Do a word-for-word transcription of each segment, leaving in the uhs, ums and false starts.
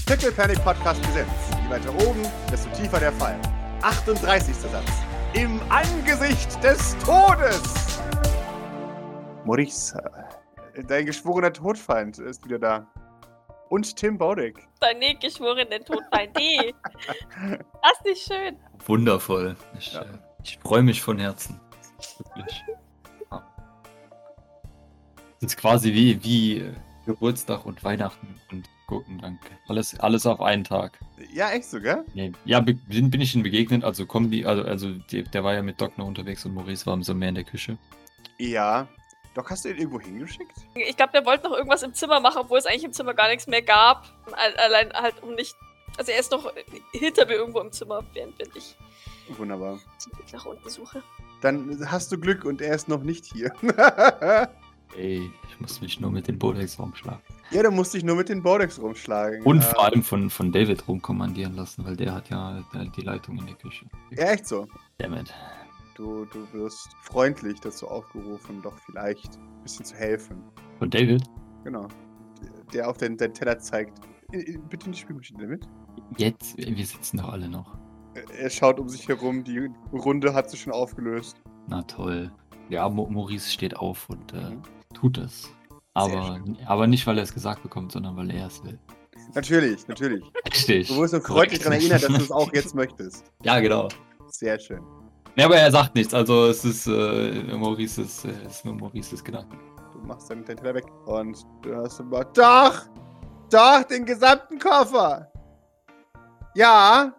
Pickle Panic Podcast Präsenz. Je weiter oben, desto tiefer der Fall. achtunddreißigster Satz. Im Angesicht des Todes. Maurice, dein geschworener Todfeind ist wieder da. Und Tim Bodek. Deine geschworene Todfeind. Nee. Das ist nicht schön. Wundervoll. Ich, Ja. äh, ich freue mich von Herzen. Wirklich. Ja. Das ist quasi wie, wie äh, Geburtstag und Weihnachten und Gurkendank. Alles, alles auf einen Tag. Ja, echt so, gell? Nee. Ja, be- bin, bin ich ihm begegnet. Also kommen die, also, also die, der war ja mit Doc noch unterwegs und Maurice war so mehr in der Küche. Ja. Doc, hast du ihn irgendwo hingeschickt? Ich glaube, der wollte noch irgendwas im Zimmer machen, obwohl es eigentlich im Zimmer gar nichts mehr gab. Al- Allein halt um nicht. Also er ist noch hinter mir irgendwo im Zimmer, während während ich Wunderbar. den Weg nach unten suche. Dann hast du Glück und er ist noch nicht hier. Ey, ich muss mich nur mit den Bodex rumschlagen. Ja, du musst dich nur mit den Bodex rumschlagen. Und Äh, vor allem von, von David rumkommandieren lassen, weil der hat ja äh, die Leitung in der Küche. Ja, echt so. Dammit. Du, du wirst freundlich dazu aufgerufen, doch vielleicht ein bisschen zu helfen. Von David? Genau. Der auf den, den Teller zeigt. I- I- Bitte in die Spülmaschine mit. Jetzt, wir sitzen doch alle noch. Er schaut um sich herum, die Runde hat sich schon aufgelöst. Na toll. Ja, Mo Maurice steht auf und äh, Mhm. tut es. Sehr Aber, aber nicht, weil er es gesagt bekommt, sondern weil er es will. Natürlich, natürlich. Richtig. Du wurdest so freundlich daran erinnert, dass du es auch jetzt möchtest. Ja, genau. Sehr schön. Ja, aber er sagt nichts. Also es ist äh, Maurices, äh, es ist nur Maurices Gedanken. Du machst dann den Teller weg. Und du hast immer. Doch! Doch, den gesamten Koffer! Ja!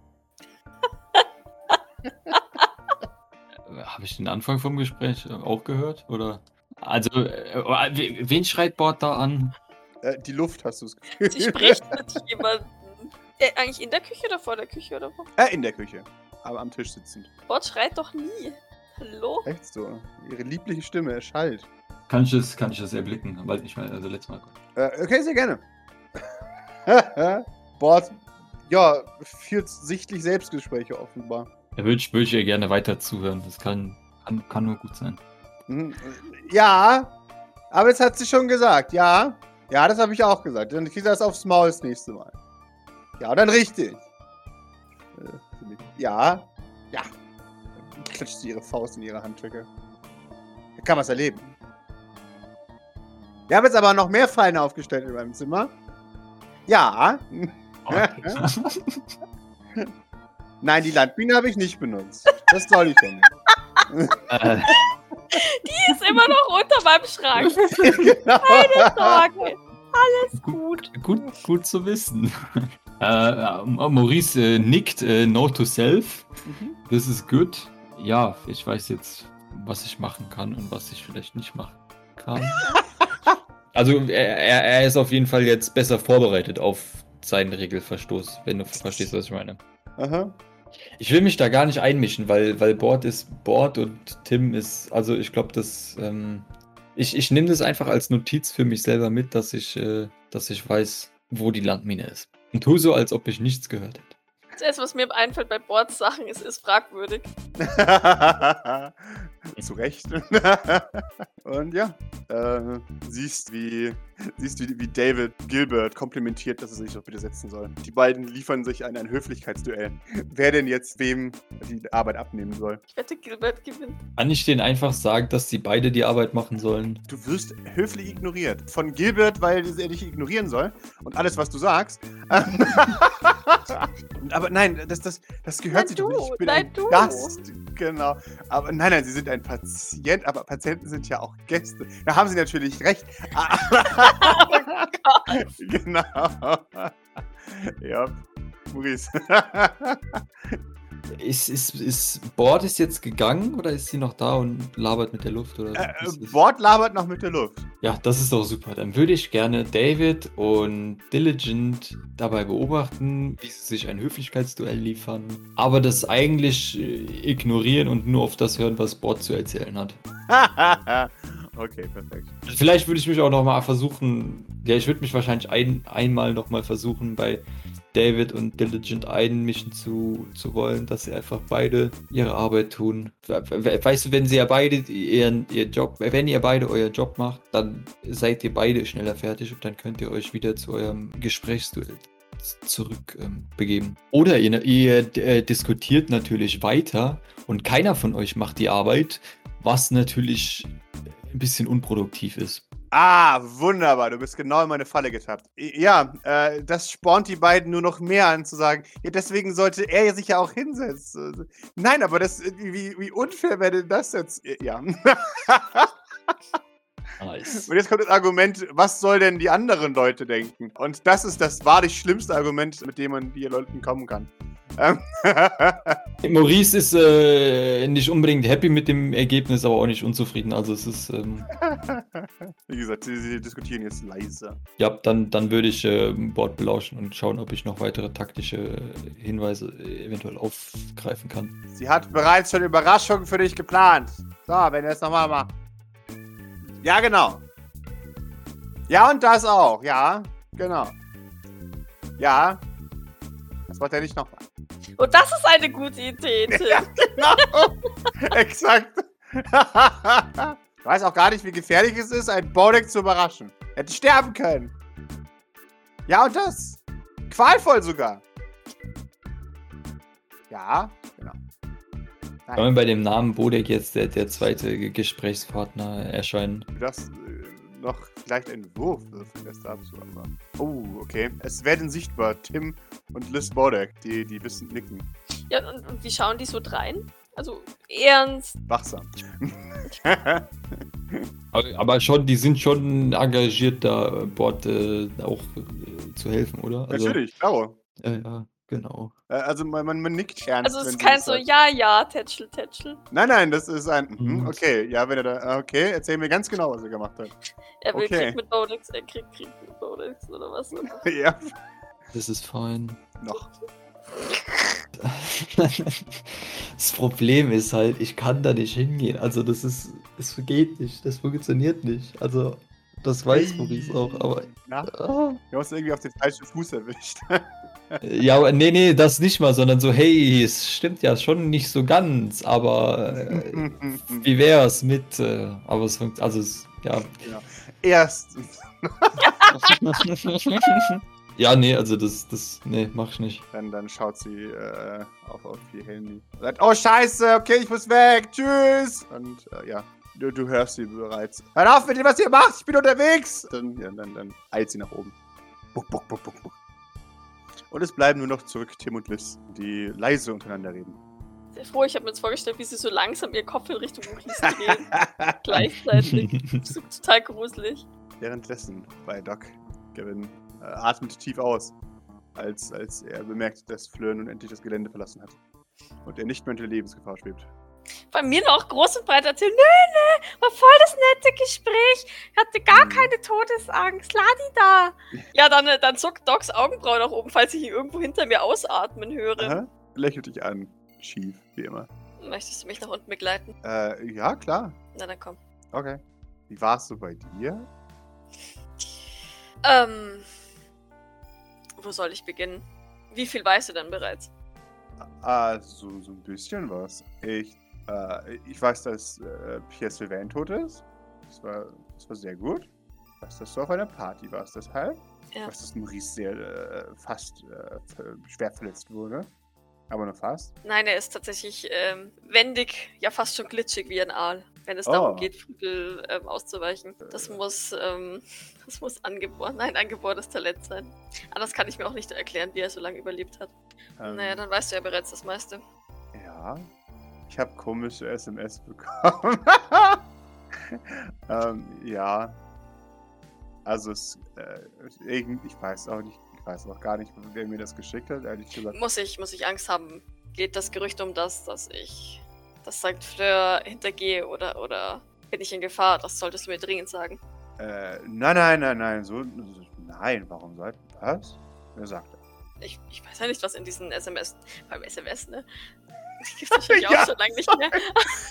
Äh, Habe ich den Anfang vom Gespräch äh, auch gehört? Oder? Also, äh, we- wen schreit Bord da an? Äh, die Luft hast du es Gefühl. Sie spricht mit jemandem. Äh, eigentlich in der Küche oder vor der Küche oder wo? Äh, in der Küche. Aber am Tisch sitzend. Bord schreit doch nie. Hallo? Echt so. Ihre liebliche Stimme erschallt. Kann ich das, kann ich das erblicken? Weil ich meine, also letztes Mal. Äh, okay, sehr gerne. Bord, ja, führt sichtlich Selbstgespräche offenbar. Da würde ich, würd ich ihr gerne weiter zuhören. Das kann, kann, kann nur gut sein. Mhm. Ja, aber das hat sie schon gesagt, ja. Ja, das habe ich auch gesagt. Dann kriegt er das aufs Maul das nächste Mal. Ja, dann richtig. Äh, ja, ja. Dann klatscht sie ihre Faust in ihre Handtücke. Da kann man es erleben. Wir haben jetzt aber noch mehr Fallen aufgestellt in meinem Zimmer. Ja. Nein, die Landbiene habe ich nicht benutzt. Das soll ich ja nicht. äh, Die ist immer noch unter meinem Schrank. Genau. Keine Sorge. Alles gut. gut, gut zu wissen. äh, Maurice äh, nickt, äh, note to self. Mhm. Das ist gut. Ja, ich weiß jetzt, was ich machen kann und was ich vielleicht nicht machen kann. Also er, er, er ist auf jeden Fall jetzt besser vorbereitet auf seinen Regelverstoß, wenn du verstehst, was ich meine. Aha. Ich will mich da gar nicht einmischen, weil, weil Bord ist Bord und Tim ist, also ich glaube, das, ähm, ich, ich nehme das einfach als Notiz für mich selber mit, dass ich, äh, dass ich weiß, wo die Landmine ist. Und tu so, als ob ich nichts gehört hätte. Das erste, was mir einfällt bei Bords Sachen, ist, ist fragwürdig. Zu Recht. Und ja, äh, siehst, wie, siehst wie, wie David Gilbert komplimentiert, dass er sich doch bitte setzen soll. Die beiden liefern sich ein, ein Höflichkeitsduell. Wer denn jetzt wem die Arbeit abnehmen soll. Ich wette, Gilbert gewinnt. Kann ich denen einfach sagen, dass sie beide die Arbeit machen sollen? Du wirst höflich ignoriert. Von Gilbert, weil er dich ignorieren soll. Und alles, was du sagst. Aber nein, das, das, das gehört Nein, sich du, doch nicht. Ich bin nein, ein du. Gast. Genau. Aber nein, nein, sie sind ein Patient, aber Patienten sind ja auch Gäste. Da haben sie natürlich recht. Genau. Ja, Maurice. Ist, ist, ist Bord ist jetzt gegangen oder ist sie noch da und labert mit der Luft? Oder Äh, ist es- Bord labert noch mit der Luft. Ja, das ist doch super. Dann würde ich gerne David und Diligent dabei beobachten, wie sie sich ein Höflichkeitsduell liefern, aber das eigentlich äh, ignorieren und nur auf das hören, was Bord zu erzählen hat. Okay, perfekt. Vielleicht würde ich mich auch nochmal versuchen, ja, ich würde mich wahrscheinlich ein, einmal nochmal versuchen, bei David und Diligent einmischen zu, zu wollen, dass sie einfach beide ihre Arbeit tun. Weißt du, wenn sie ja beide ihren ihr Job, wenn ihr beide euer Job macht, dann seid ihr beide schneller fertig und dann könnt ihr euch wieder zu eurem Gesprächsduell zurück ähm, begeben. Oder ihr, ihr äh, diskutiert natürlich weiter und keiner von euch macht die Arbeit, was natürlich ein bisschen unproduktiv ist. Ah, wunderbar, du bist genau in meine Falle getappt. Ja, äh, das spornt die beiden nur noch mehr an, zu sagen, ja, deswegen sollte er sich ja auch hinsetzen. Nein, aber das, wie, wie unfair wäre denn das jetzt? Ja. Nice. Und jetzt kommt das Argument, was soll denn die anderen Leute denken? Und das ist das wahrlich schlimmste Argument, mit dem man die Leuten kommen kann. Ähm Maurice ist äh, nicht unbedingt happy mit dem Ergebnis, aber auch nicht unzufrieden. Also es ist... Ähm, Wie gesagt, sie, sie diskutieren jetzt leise. ja, dann, dann würde ich äh, Bord belauschen und schauen, ob ich noch weitere taktische Hinweise äh, eventuell aufgreifen kann. Sie hat bereits schon Überraschungen für dich geplant. So, wenn ihr es nochmal macht. Ja, genau. Ja, und das auch. Ja, genau. Ja. Das wollte er nicht nochmal. Und das ist eine gute Idee, Tim. Ja, genau. Exakt. Ich weiß auch gar nicht, wie gefährlich es ist, einen Bodek zu überraschen. Hätte sterben können. Ja, und das. Qualvoll sogar. Ja, genau. Nein. Kann mir bei dem Namen Bodek jetzt der, der zweite Ge- Gesprächspartner erscheinen? Das äh, noch vielleicht ein Wurf würfeln lässt dazu, aber. Oh, okay. Es werden sichtbar Tim und Liz Bodek, die, die wissend nicken. Ja, und, und wie schauen die so drein? Also ernst. Wachsam. Aber, aber schon, die sind schon engagiert, da Bord äh, auch äh, zu helfen, oder? Also, Natürlich, klar. Äh, ja, genau. Äh, Also man, man, man nickt ernst. Also es wenn ist sie kein das so, sagt. ja, ja, Tätschel, Tätschel. Nein, nein, das ist ein. Mhm, Mhm. okay, ja, wenn er da. Okay, erzähl mir ganz genau, was er gemacht hat. Er will Okay. Krieg mit Bodex, er kriegt Krieg mit Bodex oder was? Ja, Das ist fein. noch. Das Problem ist halt, ich kann da nicht hingehen. Also das ist, es geht nicht, das funktioniert nicht. Also das weiß Maurice auch, aber Na, ah. du hast irgendwie auf den falschen Fuß erwischt. Ja, aber nee, nee, das nicht mal, sondern so, hey, es stimmt ja schon nicht so ganz, aber äh, wie wär's mit, äh, aber es funktioniert, also es, ja. Erstens. Ja, nee, also das, das, nee, mach ich nicht. Dann, dann schaut sie äh, auf, auf ihr Handy. Und sagt, oh Scheiße, okay, ich muss weg, tschüss. Und äh, ja, du, du hörst sie bereits. Hört auf mit dem, was ihr macht, ich bin unterwegs. Dann, ja, dann, dann eilt sie nach oben. Buck, buck, buck, buck, buck. Und es bleiben nur noch zurück Tim und Liz, die leise untereinander reden. Sehr froh, ich habe mir jetzt vorgestellt, wie sie so langsam ihr Kopf in Richtung Maurice drehen. Gleichzeitig. Das ist total gruselig. Währenddessen bei Doc, Gavin äh, atmet tief aus, als, als er bemerkt, dass Fleur nun endlich das Gelände verlassen hat. Und er nicht mehr unter Lebensgefahr schwebt. Bei mir noch groß und breit erzählen, nö, nö, war voll das nette Gespräch. Ich hatte gar Mhm. keine Todesangst. Ladi da. Ja, dann, dann zuckt Docs Augenbrauen nach oben, falls ich ihn irgendwo hinter mir ausatmen höre. Aha, lächelt dich an. Schief, wie immer. Möchtest du mich nach unten begleiten? Äh, ja, klar. Na, dann komm. Okay. Wie war's so bei dir? Ähm, wo soll ich beginnen? Wie viel weißt du denn bereits? Ah, so, so ein bisschen was. Ich, äh, ich weiß, dass äh, Pierre Sylvain tot ist. Das war, das war sehr gut. Ich weiß, dass du auf einer Party warst deshalb. Ja. Ich weiß, dass Maurice sehr äh, fast äh, ver- schwer verletzt wurde. Aber nur fast. Nein, er ist tatsächlich ähm, wendig, ja fast schon glitschig wie ein Aal, wenn es Oh. darum geht, Flügel ähm, auszuweichen. Das muss, ähm, das muss angeboren, nein, angeborenes Talent sein. Anders kann ich mir auch nicht erklären, wie er so lange überlebt hat. Ähm, Naja, dann weißt du ja bereits das meiste. Ja. Ich habe komische S M S bekommen. ähm, ja. Also es, äh, irgend, ich weiß auch nicht, ich weiß auch gar nicht, wer mir das geschickt hat, ehrlich gesagt. Muss ich, muss ich Angst haben? Geht das Gerücht um das, dass ich das Sankt Fleur hintergehe oder, oder bin ich in Gefahr? Das solltest du mir dringend sagen. Äh, nein, nein, nein, nein, so, so nein, warum soll, was? Wer sagt das? Ich, ich weiß ja nicht, was in diesen S M S, beim S M S, ne? Die gibt's wahrscheinlich Ja. auch schon lange nicht mehr.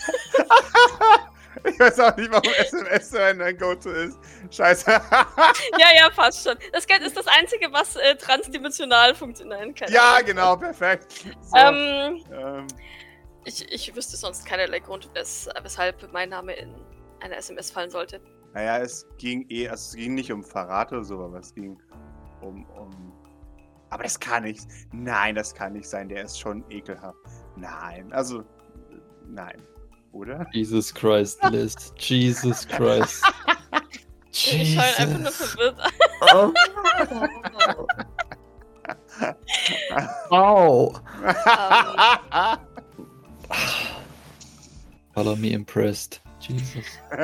Ich weiß auch nicht, warum S M S so ein ein Go-To ist. Scheiße. Ja, ja, passt schon. Das Geld ist das Einzige, was äh, transdimensional funktionieren kann. Ja, genau, perfekt. So, Ähm, ähm, ich, ich wüsste sonst keinerlei Grund, wes weshalb mein Name in eine S M S fallen sollte. naja, es ging eh, also es ging nicht um Verrat oder so, aber es ging um, um Aber das kann nicht. Nein, das kann nicht sein. Der ist schon ekelhaft. Nein, also, nein. Oder? Jesus Christ, Liz. Jesus Christ. Ich schaue ihn einfach nur verwirrt an. Au. Ähm, Follow me impressed. Jesus.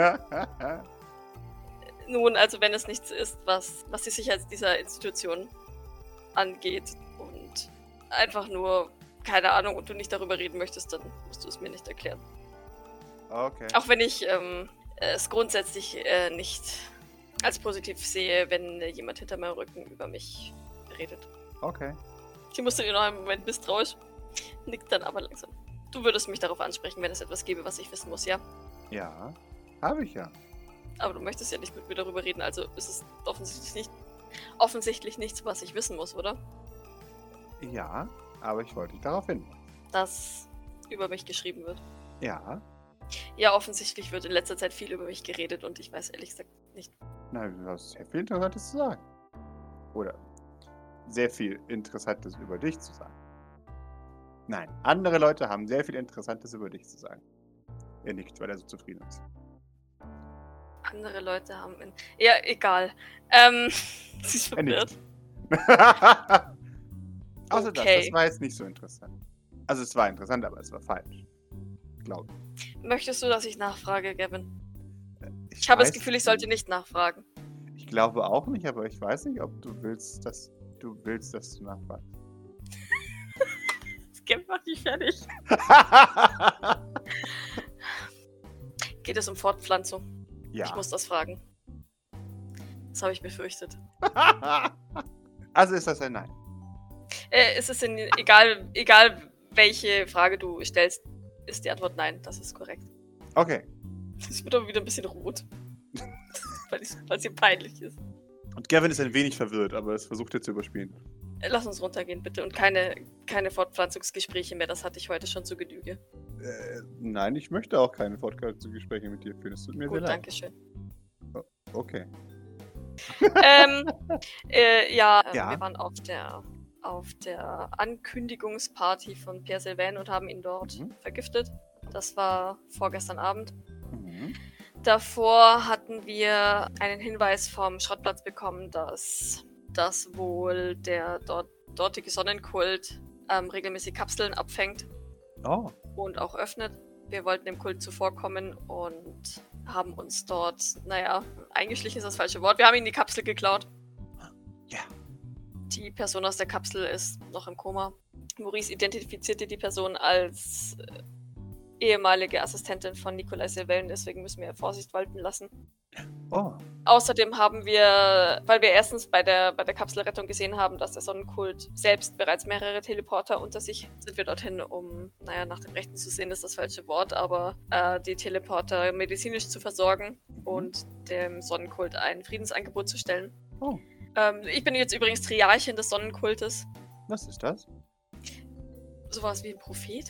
Nun, also wenn es nichts ist, was, was die Sicherheit dieser Institution angeht und einfach nur, keine Ahnung, und du nicht darüber reden möchtest, dann musst du es mir nicht erklären. Okay. Auch wenn ich ähm, es grundsätzlich äh, nicht als positiv sehe, wenn äh, jemand hinter meinem Rücken über mich redet. Okay. Sie musste dir noch einen Moment misstrauisch, nickt dann aber langsam. Du würdest mich darauf ansprechen, wenn es etwas gäbe, was ich wissen muss, ja? Ja, habe ich ja. Aber du möchtest ja nicht mit mir darüber reden, also ist es offensichtlich nicht, offensichtlich nichts, was ich wissen muss, oder? Ja, aber ich wollte dich darauf hin. Dass über mich geschrieben wird. Ja. Ja, offensichtlich wird in letzter Zeit viel über mich geredet und ich weiß ehrlich gesagt nicht. Na, du hast sehr viel Interessantes zu sagen. Oder sehr viel Interessantes über dich zu sagen. Nein, andere Leute haben sehr viel Interessantes über dich zu sagen. Er nickt, weil er so zufrieden ist. Andere Leute haben... In ja, egal. Ähm, sie ist Er verwirrt. nickt. Außer das, Okay. das war jetzt nicht so interessant. Also es war interessant, aber es war falsch. Glaube ich. Möchtest du, dass ich nachfrage, Gavin? Ich, Ich habe das weiß Gefühl, ich sollte nicht nachfragen. Ich glaube auch nicht, aber ich weiß nicht, ob du willst, dass du willst, dass du nachfragst. Das Gavin macht dich fertig. Geht es um Fortpflanzung? Ja. Ich muss das fragen. Das habe ich befürchtet. Also ist das ein Nein. Äh, es ist in, egal, egal welche Frage du stellst, ist die Antwort nein. Das ist korrekt. Okay. Ich bin aber wieder ein bisschen rot. weil es ihr peinlich ist. Und Gavin ist ein wenig verwirrt, aber es versucht er zu überspielen. Äh, Lass uns runtergehen, bitte. Und keine, keine Fortpflanzungsgespräche mehr. Das hatte ich heute schon zu Genüge. Äh, nein, ich möchte auch keine Podcast-Gespräche mit dir führen. Es tut mir Gut, sehr leid. danke schön. Okay. ähm, äh, ja, äh, Ja. wir waren auf der, auf der Ankündigungsparty von Pierre Sylvain und haben ihn dort Mhm. vergiftet. Das war vorgestern Abend. Mhm. Davor hatten wir einen Hinweis vom Schrottplatz bekommen, dass, dass wohl der dort, dortige Sonnenkult ähm, regelmäßig Kapseln abfängt Oh. und auch öffnet. Wir wollten dem Kult zuvorkommen und haben uns dort, naja, eingeschlichen ist das falsche Wort. Wir haben ihnen die Kapsel geklaut. Ja. Die Person aus der Kapsel ist noch im Koma. Maurice identifizierte die Person als äh, ehemalige Assistentin von Nikolai Sylvain, deswegen müssen wir Vorsicht walten lassen. Oh. Außerdem haben wir, weil wir erstens bei der, bei der Kapselrettung gesehen haben, dass der Sonnenkult selbst bereits mehrere Teleporter unter sich, sind wir dorthin, um, naja, nach dem Rechten zu sehen, ist das falsche Wort, aber äh, die Teleporter medizinisch zu versorgen und dem Sonnenkult ein Friedensangebot zu stellen. Oh. Ähm, ich bin jetzt übrigens Triarchin des Sonnenkultes. Was ist das? Sowas wie ein Prophet.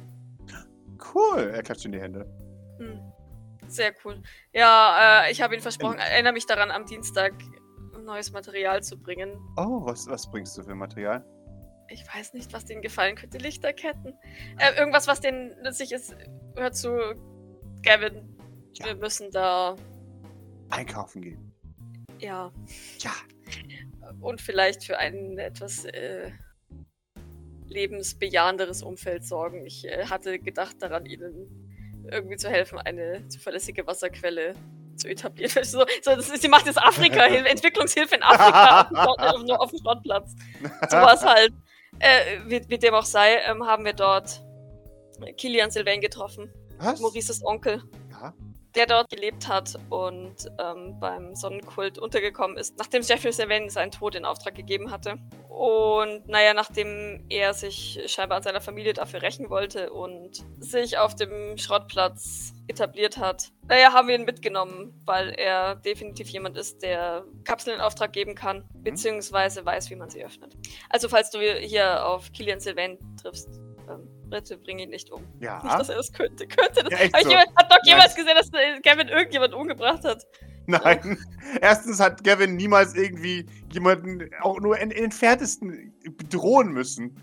Cool. Er klatscht in die Hände. Hm. Sehr cool. Ja, äh, ich habe Ihnen versprochen, erinnere mich daran, am Dienstag neues Material zu bringen. Oh, was, was bringst du für Material? Ich weiß nicht, was denen gefallen könnte. Lichterketten. Äh, irgendwas, was denen nützlich ist. Hör zu, Gavin. Ja. Wir müssen da, Einkaufen gehen. ja. Ja. Und vielleicht für ein etwas äh, lebensbejahenderes Umfeld sorgen. Ich äh, hatte gedacht daran, Ihnen irgendwie zu helfen, eine zuverlässige Wasserquelle zu etablieren. So, so, das ist, sie macht jetzt Afrika, Hil- Entwicklungshilfe in Afrika, auf dem Schrott- nur auf dem Schrottplatz. Sowas halt. Äh, wie, wie dem auch sei, ähm, haben wir dort Kilian Sylvain getroffen. Was? Maurices Onkel, Ja. der dort gelebt hat und ähm, beim Sonnenkult untergekommen ist, nachdem Jeffrey Sylvain seinen Tod in Auftrag gegeben hatte. Und naja, nachdem er sich scheinbar an seiner Familie dafür rächen wollte und sich auf dem Schrottplatz etabliert hat, naja, haben wir ihn mitgenommen, weil er definitiv jemand ist, der Kapseln in Auftrag geben kann, beziehungsweise weiß, wie man sie öffnet. Also falls du hier auf Kilian Sylvain triffst, ähm, bitte bring ihn nicht um. Ja. Nicht, dass er das könnte. Könnte das? Ja, echt Hab ich so. jemand, hat doch Ja. jemals gesehen, dass äh, Gavin irgendjemand umgebracht hat? Nein. Erstens hat Gavin niemals irgendwie jemanden auch nur in, in den entferntesten bedrohen müssen.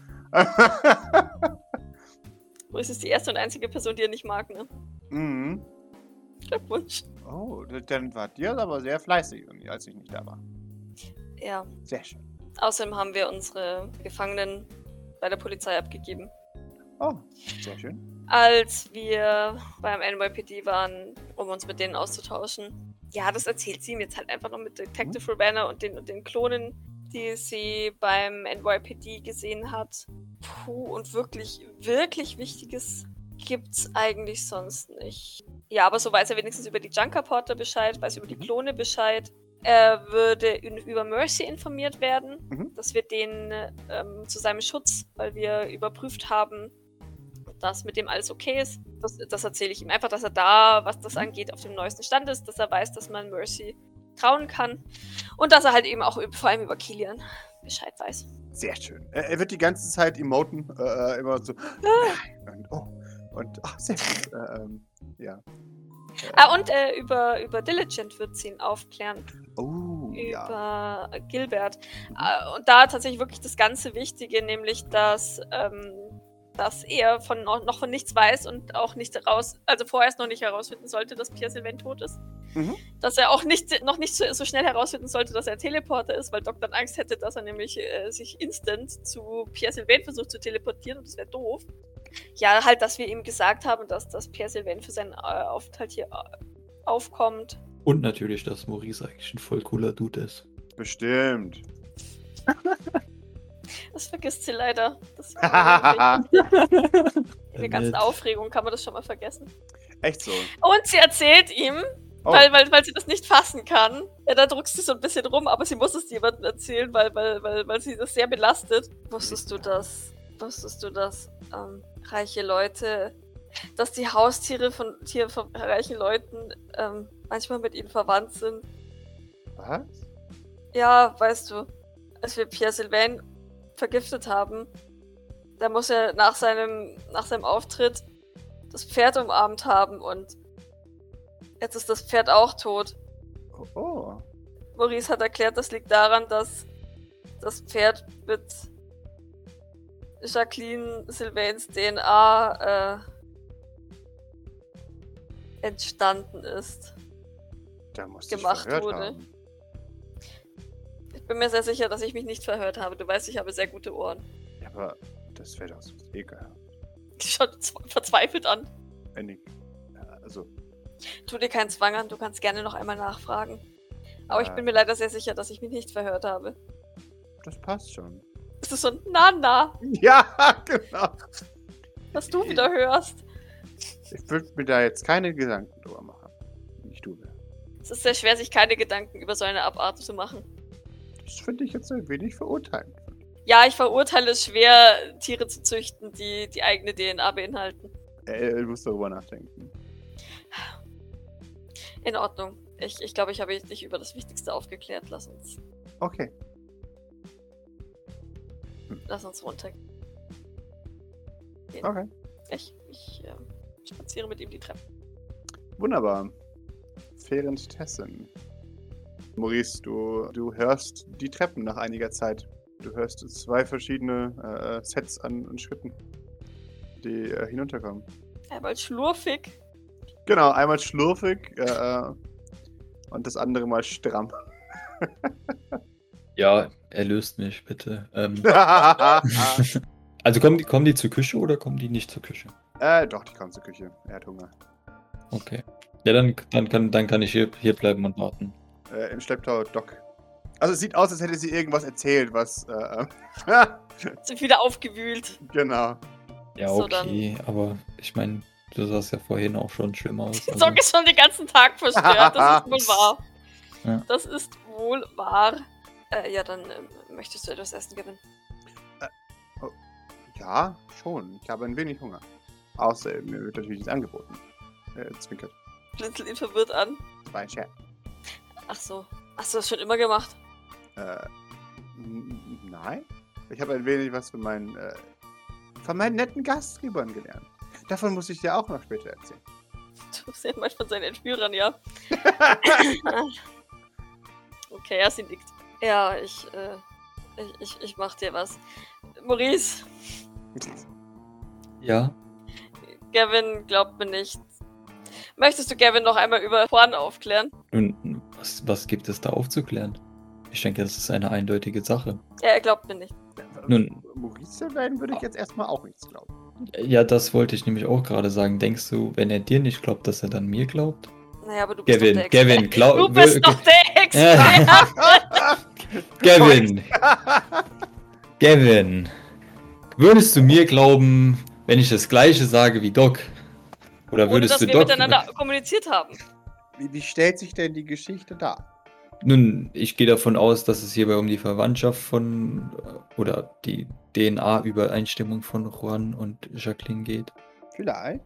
Maurice ist die erste und einzige Person, die er nicht mag, ne? Mhm. Glückwunsch. Oh, dann war dir aber sehr fleißig, als ich nicht da war. Ja. Sehr schön. Außerdem haben wir unsere Gefangenen bei der Polizei abgegeben. Oh, sehr schön. Als wir beim N Y P D waren, um uns mit denen auszutauschen. Ja, das erzählt sie ihm jetzt halt einfach noch mit Detective Ravenna und den, und den Klonen, die sie beim N Y P D gesehen hat. Puh, und wirklich, wirklich Wichtiges gibt's eigentlich sonst nicht. Ja, aber so weiß er wenigstens über die Junker Porter Bescheid, weiß über die Klone Bescheid. Er würde in, über Mercy informiert werden, Mhm. dass wir den ähm, zu seinem Schutz, weil wir überprüft haben, dass mit dem alles okay ist. Das, das erzähle ich ihm einfach, dass er da, was das angeht, auf dem neuesten Stand ist, dass er weiß, dass man Mercy trauen kann und dass er halt eben auch üb- vor allem über Kilian Bescheid weiß. Sehr schön. Er, er wird die ganze Zeit emoten, äh, immer so. Und, oh, und oh, sehr gut. Äh, ähm, ja. Ah, und äh, über, über Diligent wird sie ihn aufklären. Oh, ja. Über Gilbert. Äh, und da tatsächlich wirklich das ganze Wichtige, nämlich, dass, ähm, dass er von, noch von nichts weiß und auch nicht heraus, also vorerst noch nicht herausfinden sollte, dass Pierre Sylvain tot ist. Mhm. Dass er auch nicht, noch nicht so, so schnell herausfinden sollte, dass er ein Teleporter ist, weil Doc dann Angst hätte, dass er nämlich äh, sich instant zu Pierre Sylvain versucht zu teleportieren und das wäre doof. Ja, halt, dass wir ihm gesagt haben, dass, dass Pierre Sylvain für seinen äh, Aufenthalt hier äh, aufkommt. Und natürlich, dass Maurice eigentlich ein voll cooler Dude ist. Bestimmt. Das vergisst sie leider. Das in der ganzen Nett. Aufregung kann man das schon mal vergessen. Echt so. Und sie erzählt ihm, Oh. weil, weil, weil sie das nicht fassen kann. Ja, da druckst sie so ein bisschen rum, aber sie muss es jemandem erzählen, weil, weil, weil, weil sie das sehr belastet. Wusstest du das? Wusstest du das? Ähm, reiche Leute, dass die Haustiere von, Tiere von reichen Leuten ähm, manchmal mit ihnen verwandt sind. Was? Ja, weißt du, als wir Pierre Sylvain vergiftet haben, da muss er nach seinem, nach seinem Auftritt das Pferd umarmt haben und jetzt ist das Pferd auch tot. Oh, oh. Maurice hat erklärt, das liegt daran, dass das Pferd mit Jacqueline Sylvains D N A äh, entstanden ist. Da musst Gemacht verhört wurde. haben. Ich bin mir sehr sicher, dass ich mich nicht verhört habe. Du weißt, ich habe sehr gute Ohren. Ja, aber das wäre doch so ekelhaft. Die schaut z- verzweifelt an. Wenn ich. Ja, also. Tu dir keinen Zwang an, du kannst gerne noch einmal nachfragen. Aber ich Ja. bin mir leider sehr sicher, dass ich mich nicht verhört habe. Das passt schon. Es ist so ein Na-Na, Ja, genau. was du wieder hörst. Ich würde mir da jetzt keine Gedanken drüber machen. Nicht du mehr. Es ist sehr schwer, sich keine Gedanken über so eine Abart zu machen. Das finde ich jetzt ein wenig verurteilend. Ja, ich verurteile es schwer, Tiere zu züchten, die die eigene D N A beinhalten. Äh, du musst darüber nachdenken. In Ordnung. Ich, ich glaube, ich habe dich über das Wichtigste aufgeklärt. Lass uns, Okay. lass uns runter. Okay. Ich, ich äh, spaziere mit ihm die Treppe. Wunderbar. Ferenc Tessen. Maurice, du, du hörst die Treppen nach einiger Zeit. Du hörst zwei verschiedene äh, Sets an, an Schritten, die äh, hinunterkommen. Einmal schlurfig. Genau, einmal schlurfig äh, und das andere mal stramm. Ja, erlöst mich, bitte. Ähm, also kommen die, kommen die zur Küche oder kommen die nicht zur Küche? äh, doch, die kommen zur Küche. Er hat Hunger. Okay. Ja, dann, dann, kann, dann kann ich hier, hier bleiben und warten. Äh, Im Schlepptau Doc. Also es sieht aus, als hätte sie irgendwas erzählt, was... Äh, Sind wieder aufgewühlt. genau. Ja, So, okay, aber ich meine, du sahst ja vorhin auch schon schlimm aus. Die Also, Socke ist schon den ganzen Tag verstört. Das ist wohl wahr. Ja. Das ist wohl wahr. Äh, ja, dann ähm, möchtest du etwas essen, Gavin? Ja, schon. Ich habe ein wenig Hunger. Außer mir wird natürlich nichts angeboten. Äh, zwinkert. Blinzel ihn verwirrt an. Zwei Scherz. Ach so. Hast du das schon immer gemacht? Äh, n- nein. Ich habe ein wenig was von meinen, äh, von meinen netten Gastgebern gelernt. Davon muss ich dir auch noch später erzählen. Du bist ja manchmal von seinen Entführern, ja. Okay, ja, sie nickt. Ja, ich, äh, ich, ich, ich mach dir was. Maurice, Ja? Gavin glaubt mir nicht. Möchtest du Gavin noch einmal über Juan aufklären? Nun, was, was gibt es da aufzuklären? Ich denke, das ist eine eindeutige Sache. Ja, er glaubt mir nicht. Nun- Maurice werden würde ich jetzt erstmal auch nichts glauben. Ja, das wollte ich nämlich auch gerade sagen. Denkst du, wenn er dir nicht glaubt, dass er dann mir glaubt? Naja, aber du bist Gavin, doch der Experte. Gavin, glaub- Du bist wir- doch der Experte! Gavin! Gavin! Würdest du mir glauben, wenn ich das Gleiche sage wie Doc? Oder Ohne, würdest dass du wir Doc... miteinander kommuniziert haben. Wie, wie stellt sich denn die Geschichte dar? Nun, ich gehe davon aus, dass es hierbei um die Verwandtschaft von äh, oder die D N A-Übereinstimmung von Juan und Jacqueline geht. Vielleicht.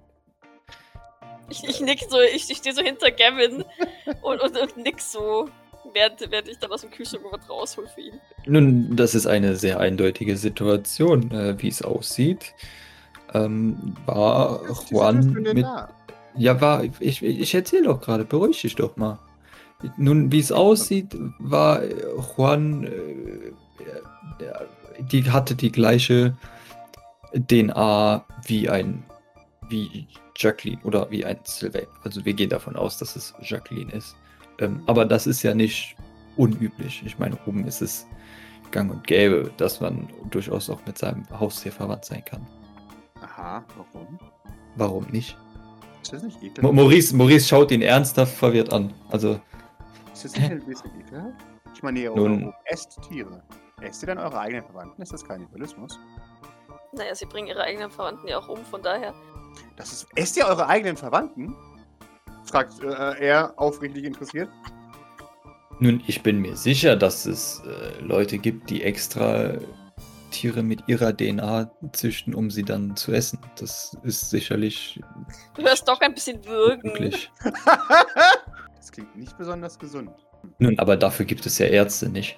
Ich, ich nick so, ich, ich stehe so hinter Gavin und, und, und nick so, während, während ich dann aus dem Kühlschrank was raushol für ihn. Nun, das ist eine sehr eindeutige Situation, äh, wie es aussieht. Ähm, war Was ist die Juan Situation denn mit... da? Ja, war... Ich, ich erzähle doch gerade, beruhig dich doch mal. Nun, wie es aussieht, war äh, Juan... Äh, der, die hatte die gleiche D N A wie ein... wie Jacqueline oder wie ein Sylvain. Also wir gehen davon aus, dass es Jacqueline ist. Ähm, aber das ist ja nicht unüblich. Ich meine, oben ist es gang und gäbe, dass man durchaus auch mit seinem Haustier verwandt sein kann. Aha, warum? Warum nicht? Ist das nicht Mo ekelhaft? Maurice, Maurice schaut ihn ernsthaft verwirrt an. Also, Ist das nicht ein bisschen ekelhaft? Ich meine, ihr Nun- eure- esst Tiere. Esst ihr dann eure eigenen Verwandten? Ist das Kannibalismus? Naja, sie bringen ihre eigenen Verwandten ja auch um, von daher. Das ist. Esst ihr eure eigenen Verwandten? Fragt äh, er aufrichtig interessiert. nun, ich bin mir sicher, dass es äh, Leute gibt, die extra Tiere mit ihrer D N A züchten, um sie dann zu essen. Das ist sicherlich Du hörst doch ein bisschen würgen. möglich. Das klingt nicht besonders gesund. Nun, aber dafür gibt es ja Ärzte, nicht?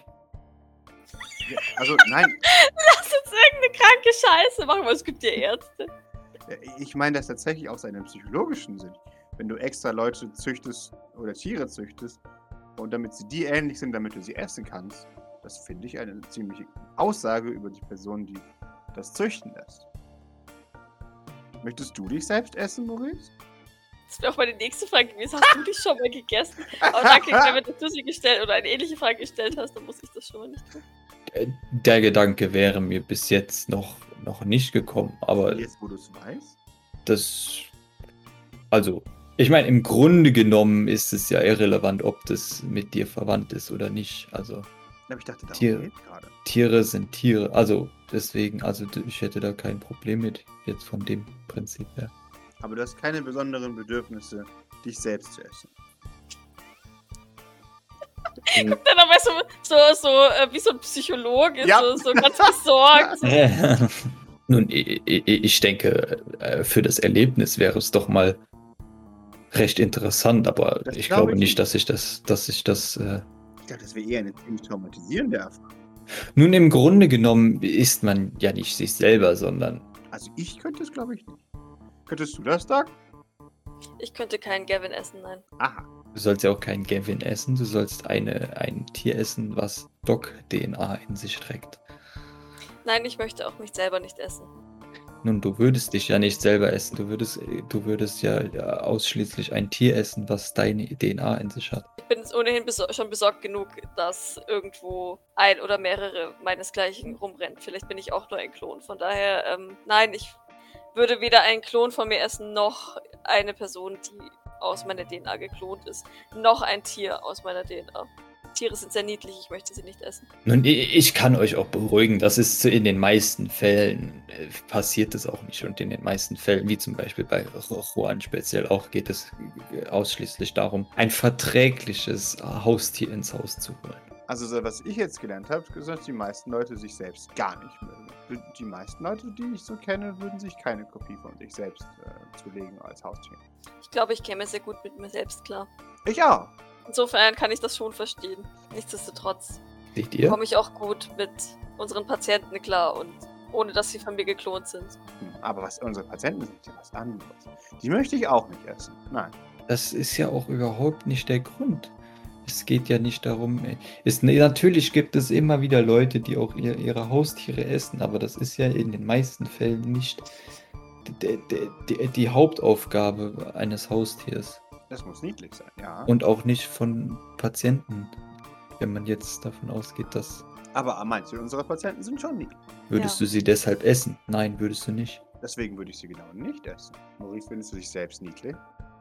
Ja, also, nein. Lass uns irgendeine kranke Scheiße machen, weil es gibt ja Ärzte. Ich meine das tatsächlich aus einem psychologischen Sinn. Wenn du extra Leute züchtest oder Tiere züchtest und damit sie dir ähnlich sind, damit du sie essen kannst, das finde ich eine ziemliche Aussage über die Person, die das züchten lässt. Möchtest du dich selbst essen, Maurice? Das wäre auch meine nächste Frage gewesen. Hast du dich schon mal gegessen? Aber danke, wenn du sie gestellt oder eine ähnliche Frage gestellt hast, dann muss ich das schon mal nicht tun. Äh, Der Gedanke wäre mir bis jetzt noch, noch nicht gekommen, aber Jetzt, wo du es weißt? das... Also, ich meine, im Grunde genommen ist es ja irrelevant, ob das mit dir verwandt ist oder nicht. Also, Aber ich dachte, darum Tiere. geht's gerade. Tiere sind Tiere. Also, deswegen, also ich hätte da kein Problem mit, jetzt von dem Prinzip her. Aber du hast keine besonderen Bedürfnisse, dich selbst zu essen. Hm. Dann aber so, so, so äh, wie so ein Psychologe, Ja. so, so ganz besorgt. So. Nun, ich, ich, ich denke, äh, für das Erlebnis wäre es doch mal recht interessant, aber Das ich glaube glaube ich nicht, nicht. dass ich das, dass ich das. Äh... Ich dachte, das wäre eher eine ziemlich traumatisierende Erfahrung. Nun, im Grunde genommen ist man ja nicht sich selber, sondern Also ich könnte es, glaube ich, nicht. Könntest du das, Doc? Ich könnte keinen Gavin essen, nein. Aha. du sollst ja auch kein Gavin essen. Du sollst eine, ein Tier essen, was Doc-D N A in sich trägt. Nein, ich möchte auch mich selber nicht essen. Nun, du würdest dich ja nicht selber essen. Du würdest, du würdest ja, ja ausschließlich ein Tier essen, was deine D N A in sich hat. Ich bin jetzt ohnehin besor- schon besorgt genug, dass irgendwo ein oder mehrere meinesgleichen rumrennen. Vielleicht bin ich auch nur ein Klon. Von daher, ähm, nein, ich würde weder einen Klon von mir essen, noch eine Person, die aus meiner D N A geklont ist, noch ein Tier aus meiner D N A. Tiere sind sehr niedlich, ich möchte sie nicht essen. Nun, ich, ich kann euch auch beruhigen, das ist so in den meisten Fällen äh, passiert es auch nicht. Und in den meisten Fällen, wie zum Beispiel bei Juan speziell auch, geht es äh, ausschließlich darum, ein verträgliches Haustier ins Haus zu holen. Also, so, was ich jetzt gelernt habe, ist, dass die meisten Leute sich selbst gar nicht mögen. Die meisten Leute, die ich so kenne, würden sich keine Kopie von sich selbst äh, zulegen als Haustier. Ich glaube, ich käme sehr gut mit mir selbst klar. Ich auch. Insofern kann ich das schon verstehen. Nichtsdestotrotz Seht ihr? komme ich auch gut mit unseren Patienten klar und ohne dass sie von mir geklont sind. Hm, Aber was unsere Patienten sind ja was anderes. Die möchte ich auch nicht essen. Nein. Das ist ja auch überhaupt nicht der Grund. Es geht ja nicht darum. ey, Es, nee, natürlich gibt es immer wieder Leute, die auch ihr, ihre Haustiere essen, aber das ist ja in den meisten Fällen nicht die, die, die, die Hauptaufgabe eines Haustiers. Das muss niedlich sein, ja. Und auch nicht von Patienten. Wenn man jetzt davon ausgeht, dass. Aber manche unserer Patienten sind schon niedlich. Würdest Ja. du sie deshalb essen? Nein, würdest du nicht. Deswegen würde ich sie genau nicht essen. Maurice, findest du dich selbst niedlich?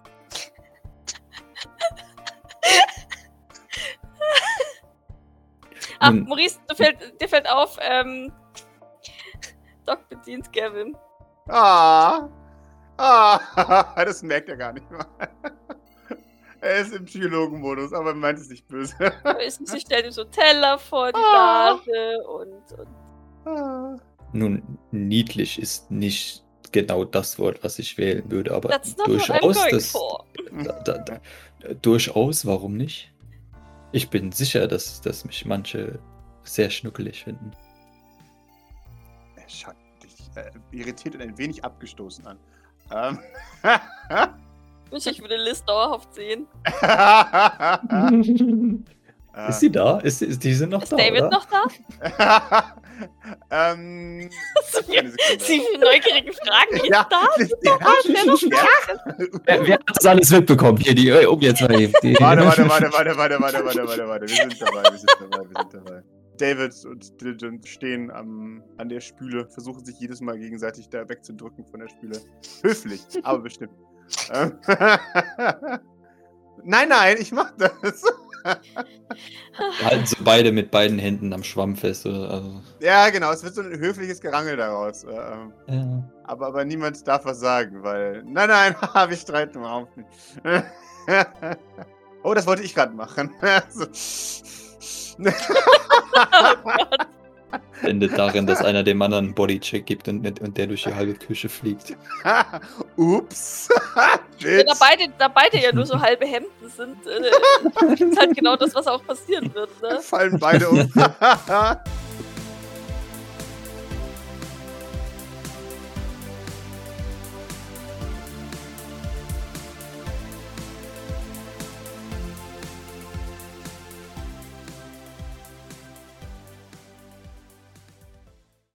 Ah, Nun- Maurice, dir fällt, dir fällt auf, ähm, Doc bedient Gavin. Ah! Ah! Das merkt er gar nicht mal. Er ist im Psychologenmodus, aber er meint es nicht böse. Sie stellt ihm so Teller vor die Ah. Nase und, und Ah. Nun, niedlich ist nicht genau das Wort, was ich wählen würde, aber that's not what I'm durchaus going das. for. Da, da, da, durchaus, warum nicht? Ich bin sicher, dass, dass mich manche sehr schnuckelig finden. Er schaut dich äh, irritiert und ein wenig abgestoßen an. Ähm. Ich wünsche, ich würde Liz dauerhaft sehen. Äh, Ist sie da? Ist, ist die sind noch Ist da, David oder? noch da? ähm. Sie Eine Sekunde. Sie neugierige Fragen. Ist Ja, da? ist Ist noch da? Ist der noch da? Wer, wer hat das alles mitbekommen? Hier, die, um jetzt mal eben. Die, Warte, warte, warte, warte, warte, warte, warte, warte, warte. Wir sind dabei, wir sind dabei, wir sind dabei. David und Diligent stehen am, an der Spüle, versuchen sich jedes Mal gegenseitig da wegzudrücken von der Spüle. Höflich, aber bestimmt. Ähm, nein, nein, ich mach das. Halten sie beide mit beiden Händen am Schwamm fest. Oder, also, Ja, genau, es wird so ein höfliches Gerangel daraus. Ähm, ja. aber, aber niemand darf was sagen, weil. Nein, nein, haha, wir streiten überhaupt nicht. Oh, das wollte ich gerade machen. So. Oh Gott. Endet darin, dass einer dem anderen einen Bodycheck gibt und, und der durch die halbe Küche fliegt. Ups. Wenn da beide, da beide ja nur so halbe Hemden sind, äh, ist halt genau das, was auch passieren wird. Ne? Fallen beide um.